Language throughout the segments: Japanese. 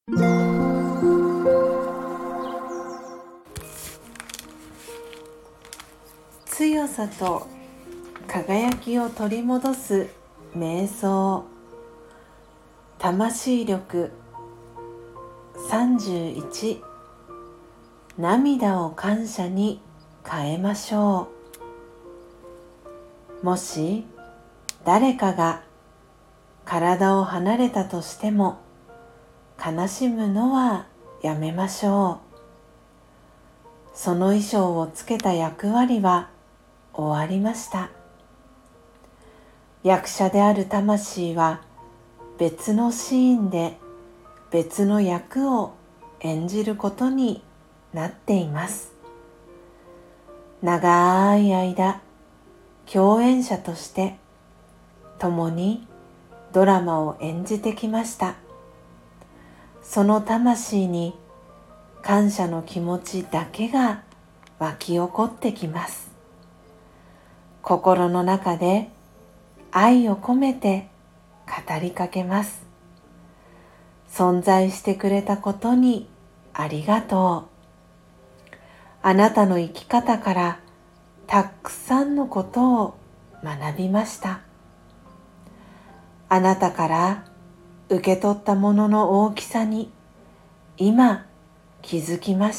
強さと輝きを取り戻す瞑想。魂力31、涙を感謝に変えましょう。もし誰かが体を離れたとしても、悲しむのはやめましょう。その衣装をつけた役割は終わりました。役者である魂は別のシーンで別の役を演じることになっています。長い間共演者として共にドラマを演じてきました。その魂に感謝の気持ちだけが湧き起こってきます。心の中で愛を込めて語りかけます。存在してくれたことにありがとう。あなたの生き方からたくさんのことを学びました。あなたから受け取ったものの大きさに今気づきました。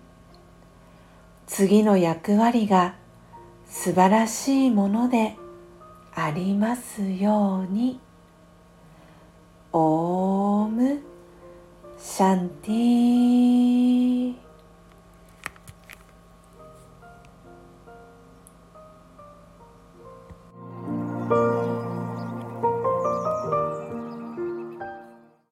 次の役割が素晴らしいものでありますように。オームシャンティ